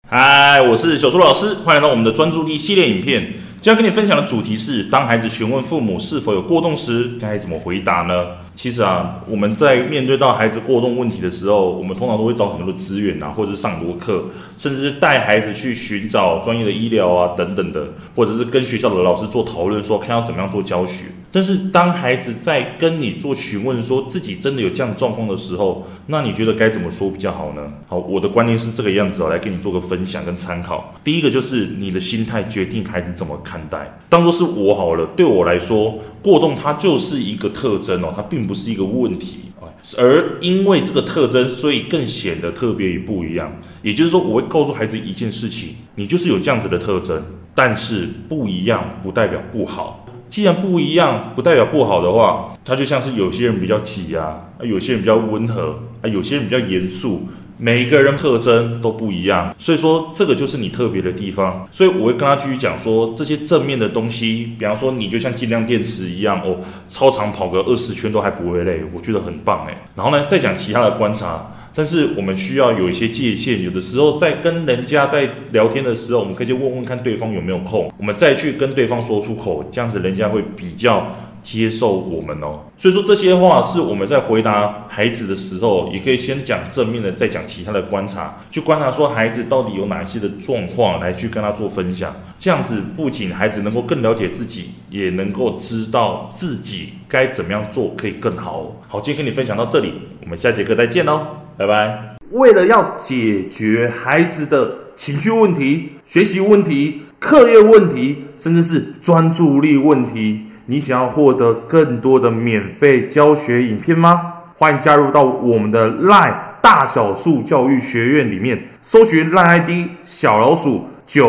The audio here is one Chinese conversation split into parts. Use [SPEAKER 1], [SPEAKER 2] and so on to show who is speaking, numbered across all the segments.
[SPEAKER 1] 嗨，我是小苏老师，欢迎来到我们的专注力系列影片。今天跟你分享的主题是：当孩子询问父母是否有过动时，该怎么回答呢？其实我们在面对到孩子过动问题的时候，我们通常都会找很多的资源或者是上很多课，甚至是带孩子去寻找专业的医疗等等的，或者是跟学校的老师做讨论，说看要怎么样做教学。但是当孩子在跟你做询问，说自己真的有这样的状况的时候，那你觉得该怎么说比较好呢？好，我的观念是这个样子来跟你做个分享跟参考。第一个就是你的心态决定孩子怎么看待。当作是我好了，对我来说，过动它就是一个特征它并不是一个问题。而因为这个特征，所以更显得特别与不一样。也就是说，我会告诉孩子一件事情：你就是有这样子的特征，但是不一样不代表不好。既然不一样不代表不好的话，它就像是有些人比较急有些人比较温和有些人比较严肃。每一个人特征都不一样，所以说这个就是你特别的地方。所以我会跟他继续讲说，这些正面的东西，比方说你就像尽量电池一样操场跑个20圈都还不会累，我觉得很棒然后呢，再讲其他的观察。但是我们需要有一些界限，有的时候在跟人家在聊天的时候，我们可以先问问看对方有没有空，我们再去跟对方说出口，这样子人家会比较接受我们所以说这些话是我们在回答孩子的时候，也可以先讲正面的，再讲其他的观察，去观察说孩子到底有哪一些的状况，来去跟他做分享。这样子不仅孩子能够更了解自己，也能够知道自己该怎么样做可以更好。好，今天跟你分享到这里，我们下节课再见拜拜。为了要解决孩子的情绪问题、学习问题、课业问题，甚至是专注力问题，你想要获得更多的免费教学影片吗？欢迎加入到我们的 LINE 大小树教育学院里面，搜寻 LINE ID 小老鼠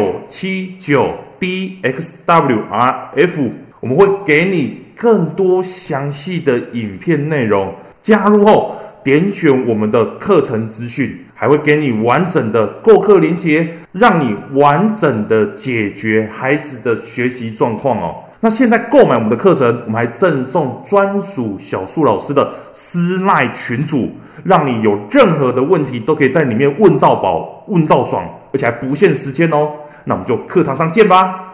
[SPEAKER 1] 979BXWRF， 我们会给你更多详细的影片内容。加入后点选我们的课程资讯，还会给你完整的购课连结，让你完整的解决孩子的学习状况那现在购买我们的课程，我们还赠送专属小树老师的私赖群组，让你有任何的问题都可以在里面问到饱、问到爽，而且还不限时间那我们就课堂上见吧。